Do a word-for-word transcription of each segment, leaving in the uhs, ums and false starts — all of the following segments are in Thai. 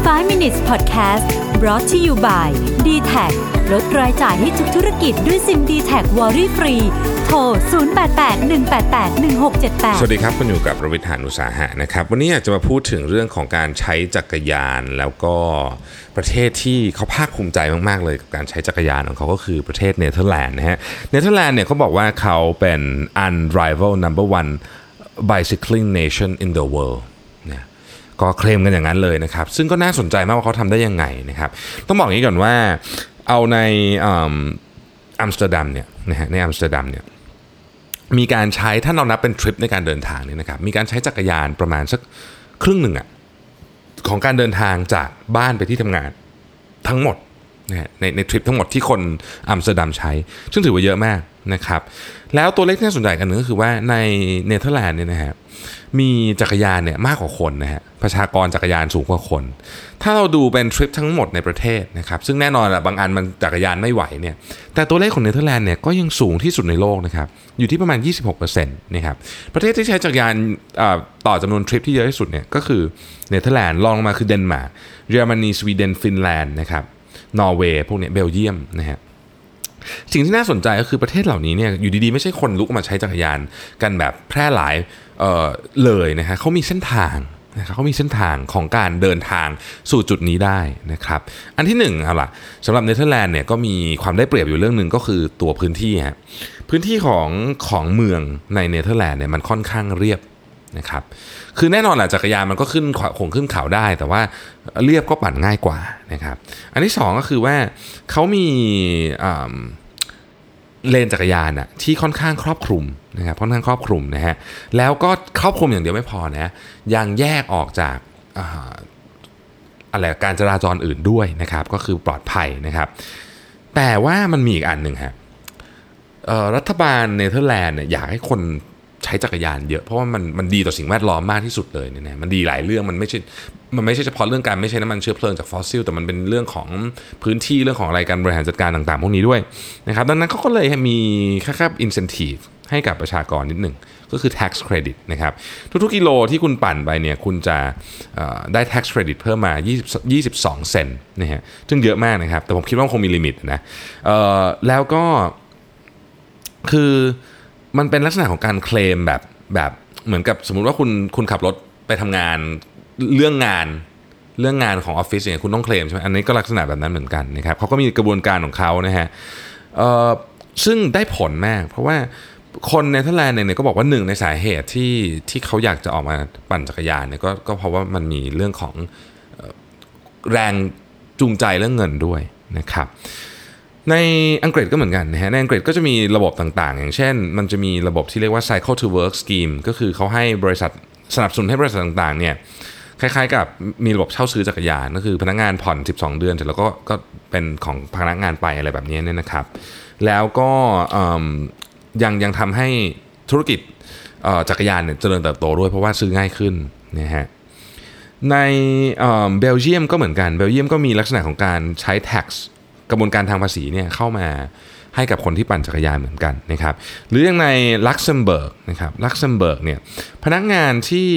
five minutes podcast brought to you by ดี แท็ก ลดรายจ่ายให้ทุกธุรกิจด้วยซิม ดี แท็ก Worry Free โทรศูนย์ แปด แปด หนึ่ง แปด แปด หนึ่ง หก เจ็ด แปดสวัสดีครับคุณอยู่กับประวิทย์ หาญอุตสาหะนะครับวันนี้อยากจะมาพูดถึงเรื่องของการใช้จักรยานแล้วก็ประเทศที่เขาภาคภูมิใจมากๆเลยกับการใช้จักรยานของเขาก็คือประเทศเนเธอร์แลนด์นะฮะเนเธอร์แลนด์เนี่ยเขาบอกว่าเขาเป็น unrivaled number one bicycling nation in the world นะก็เคลมกันอย่างนั้นเลยนะครับซึ่งก็น่าสนใจมากว่าเขาทำได้ยังไงนะครับต้องบอกอย่างนี้ก่อนว่าเอาในอัมสเตอร์ดัมเนี่ยนะฮะในอัมสเตอร์ดัมเนี่ยมีการใช้ถ้าเรานับเป็นทริปในการเดินทางเนี่ยนะครับมีการใช้จักรยานประมาณสักครึ่งหนึ่งอะของการเดินทางจากบ้านไปที่ทำงานทั้งหมดนะในในทริปทั้งหมดที่คนอัมสเตอร์ดัมใช้ซึ่งถือว่าเยอะมากนะครับแล้วตัวเลขที่น่าสนใจกันนึงก็คือว่าในเนเธอร์แลนด์เนี่ยนะฮะมีจักรยานเนี่ยมากกว่าคนนะฮะประชากรจักรยานสูงกว่าคนถ้าเราดูเป็นทริปทั้งหมดในประเทศนะครับซึ่งแน่นอนแหละบางอันมันจักรยานไม่ไหวเนี่ยแต่ตัวเลขของเนเธอร์แลนด์เนี่ยก็ยังสูงที่สุดในโลกนะครับอยู่ที่ประมาณ ยี่สิบหกเปอร์เซ็นต์ นะครับประเทศที่ใช้จักรยานต่อจำนวนทริปที่เยอะที่สุดเนี่ยก็คือเนเธอร์แลนด์รองลงมาคือเดนมาร์กเยอรมนีสวีเดนฟินแลนด์นะครับนอร์เวย์พวกนี้เบลเยียมนะฮะสิ่งที่น่าสนใจก็คือประเทศเหล่านี้เนี่ยอยู่ดีๆไม่ใช่คนลุกมาใช้จักรยานกันแบบแพร่หลาย เอ่อ เลยนะฮะเขามีเส้นทางนะครับเขามีเส้นทางของการเดินทางสู่จุดนี้ได้นะครับอันที่หนึ่งเอาล่ะสำหรับเนเธอร์แลนด์เนี่ยก็มีความได้เปรียบอยู่เรื่องนึงก็คือตัวพื้นที่ฮะพื้นที่ของของเมืองในเนเธอร์แลนด์เนี่ยมันค่อนข้างเรียบนะครับคือแน่นอนแหละจักรยานมันก็ขึ้นคงขึ้นเขาได้แต่ว่าเรียบก็ปั่นง่ายกว่านะครับอันที่สองก็คือว่าเขามีเลนจักรยานอะที่ค่อนข้างครอบคลุมนะครับค่อนข้างครอบคลุมนะฮะแล้วก็ครอบคลุมอย่างเดียวไม่พอนะยังแยกออกจากอะไรการจราจรอื่นด้วยนะครับก็คือปลอดภัยนะครับแต่ว่ามันมีอีกอันหนึ่งฮะรัฐบาลเนเธอร์แลนด์เนี่ยอยากให้คนใช้จักรยานเยอะเพราะว่ามันมันดีต่อสิ่งแวดล้อมมากที่สุดเลยเนี่ยนะมันดีหลายเรื่องมันไม่ใช่มันไม่ใช่เฉพาะเรื่องการไม่ใช้น้ำมันเชื้อเพลิงจากฟอสซิลแต่มันเป็นเรื่องของพื้นที่เรื่องของอะไรการบริหารจัดการต่างๆพวกนี้ด้วยนะครับดังนั้นเขาก็เลยมีค่าค่า incentive ให้กับประชากรนิดหนึ่งก็คือ tax credit นะครับทุกๆกิโลที่คุณปั่นไปเนี่ยคุณจะได้ tax credit เพิ่มมายี่สิบสองเซนต์นะฮะซึ่งเยอะมากนะครับแต่ผมคิดว่าคงมีลิมิตนะแล้วก็คือมันเป็นลักษณะของการเคลมแบบแบบเหมือนกับสมมุติว่าคุณคุณขับรถไปทำงานเรื่องงานเรื่องงานของออฟฟิศเนี่ยคุณต้องเคลมใช่ไหมอันนี้ก็ลักษณะแบบนั้นเหมือนกันนะครับเขาก็มีกระบวนการของเขานะฮะเอ่อซึ่งได้ผลมากเพราะว่าคนเนเธอร์แลนด์เนี่ยก็บอกว่าหนึ่งในสาเหตุที่ที่เขาอยากจะออกมาปั่นจักรยานเนี่ยก็ก็เพราะว่ามันมีเรื่องของแรงจูงใจเรื่องเงินด้วยนะครับในอังกฤษก็เหมือนกันนะฮะในอังกฤษก็จะมีระบบต่างๆอย่างเช่นมันจะมีระบบที่เรียกว่า Cycle to Work Scheme ก็คือเขาให้บริษัทสนับสนุนให้บริษัทต่างๆเนี่ยคล้ายๆกับมีระบบเช่าซื้อจักรยานก็คือพนักงานผ่อนสิบสองเดือนเสร็จแล้วก็ก็เป็นของพนักงานไปอะไรแบบนี้เนี่ยนะครับแล้วก็ยังยังทำให้ธุรกิจจักรยานเนี่ยเจริญเติบโตด้วยเพราะว่าซื้อง่ายขึ้นนะฮะในเบลเยียมก็เหมือนกันเบลเยียมก็มีลักษณะของการใช้ taxกระบวนการทางภาษีเนี่ยเข้ามาให้กับคนที่ปั่นจักรยานเหมือนกันนะครับหรืออย่างในลักเซมเบิร์กนะครับลักเซมเบิร์กเนี่ยพนักงานที่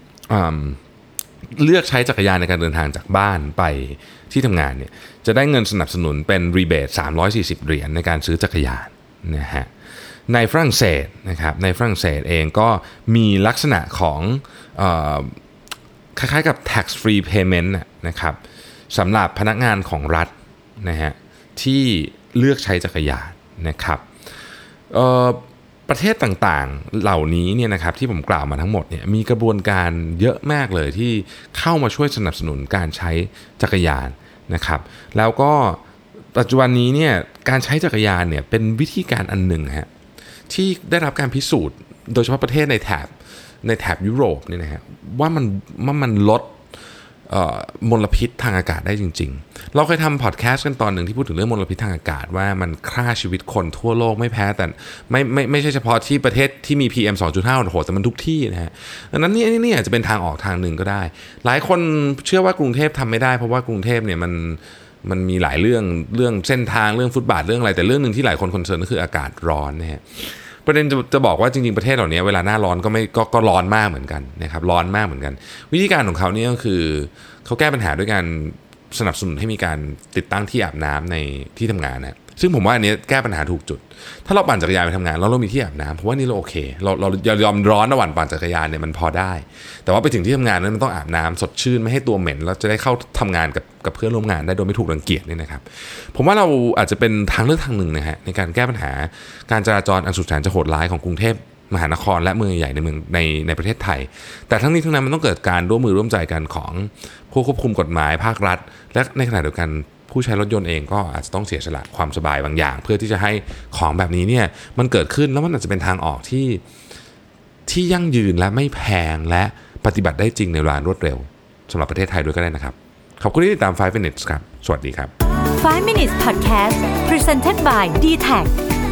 เลือกใช้จักรยานในการเดินทางจากบ้านไปที่ทำงานเนี่ยจะได้เงินสนับสนุนเป็นรีเบทสามร้อยสี่สิบเหรียญในการซื้อจักรยานนะฮะในฝรั่งเศสนะครับในฝรั่งเศสเองก็มีลักษณะของเอ่อคล้ายๆกับ tax free payment นะครับสำหรับพนักงานของรัฐนะฮะที่เลือกใช้จักรยานนะครับประเทศต่างๆเหล่านี้เนี่ยนะครับที่ผมกล่าวมาทั้งหมดเนี่ยมีกระบวนการเยอะมากเลยที่เข้ามาช่วยสนับสนุนการใช้จักรยานนะครับแล้วก็ปัจจุบันนี้เนี่ยการใช้จักรยานเนี่ยเป็นวิธีการอันหนึ่งฮะที่ได้รับการพิสูจน์โดยเฉพาะประเทศในแถบในแถบยุโรปเนี่ยนะฮะว่ามันว่ามันลดมลพิษทางอากาศได้จริงๆเราเคยทำพอดแคสต์กันตอนหนึ่งที่พูดถึงเรื่องมลพิษทางอากาศว่ามันฆ่าชีวิตคนทั่วโลกไม่แพ้แต่ไม่ไม่ไม่ใช่เฉพาะที่ประเทศที่มี พี เอ็ม สองจุดห้า โหดแต่มันทุกที่นะฮะดังนั้นนี่นี่อาจจะเป็นทางออกทางหนึ่งก็ได้หลายคนเชื่อว่ากรุงเทพทำไม่ได้เพราะว่ากรุงเทพเนี่ยมันมันมีหลายเรื่องเรื่องเส้นทางเรื่องฟุตบาทเรื่องอะไรแต่เรื่องนึงที่หลายคนคอนเซิร์นก็คืออากาศร้อนนะฮะประเด็นจะจะบอกว่าจริงๆประเทศเหล่านี้เวลาหน้าร้อนก็ไม่ก็ก็ร้อนมากเหมือนกันนะครับร้อนมากเหมือนกันวิธีการของเขาเนี่ยก็คือเขาแก้ปัญหาด้วยการสนับสนุนให้มีการติดตั้งที่อาบน้ำในที่ทำงานนะซึ่งผมว่าอันนี้แก้ปัญหาถูกจุดถ้าเราปั่นจักรยานไปทำงานแล้วเรามีที่อาบน้ำผมว่านี่เราโอเคเราเรายอมร้อนระหว่างปั่นจักรยานเนี่ยมันพอได้แต่ว่าไปถึงที่ทำงานนั้นมันต้องอาบน้ำสดชื่นไม่ให้ตัวเหม็นแล้วจะได้เข้าทำงานกับกับเพื่อนร่วมงานได้โดยไม่ถูกรังเกียจนี่นะครับผมว่าเราอาจจะเป็นทางเลือกทางหนึ่งนะฮะในการแก้ปัญหาการจราจรอันสุดแสนจะโหดร้ายของกรุงเทพมหานครและเมืองใหญ่ในเมืองในในประเทศไทยแต่ทั้งนี้ทั้งนั้นมันต้องเกิดการร่วมมือร่วมใจกันของผู้ควบคุมกฎหมายภาครัฐและในขณะเดียวกันผู้ใช้รถยนต์เองก็อาจจะต้องเสียสละความสบายบางอย่างเพื่อที่จะให้ของแบบนี้เนี่ยมันเกิดขึ้นแล้วมันอาจจะเป็นทางออกที่ที่ยั่งยืนและไม่แพงและปฏิบัติได้จริงในเวลารวดเร็วสำหรับประเทศไทยด้วยก็ได้นะครับขอบคุณที่ติดตามไฟว์ minutes ครับสวัสดีครับไฟว์ minutes podcast presented by ดี แท็ก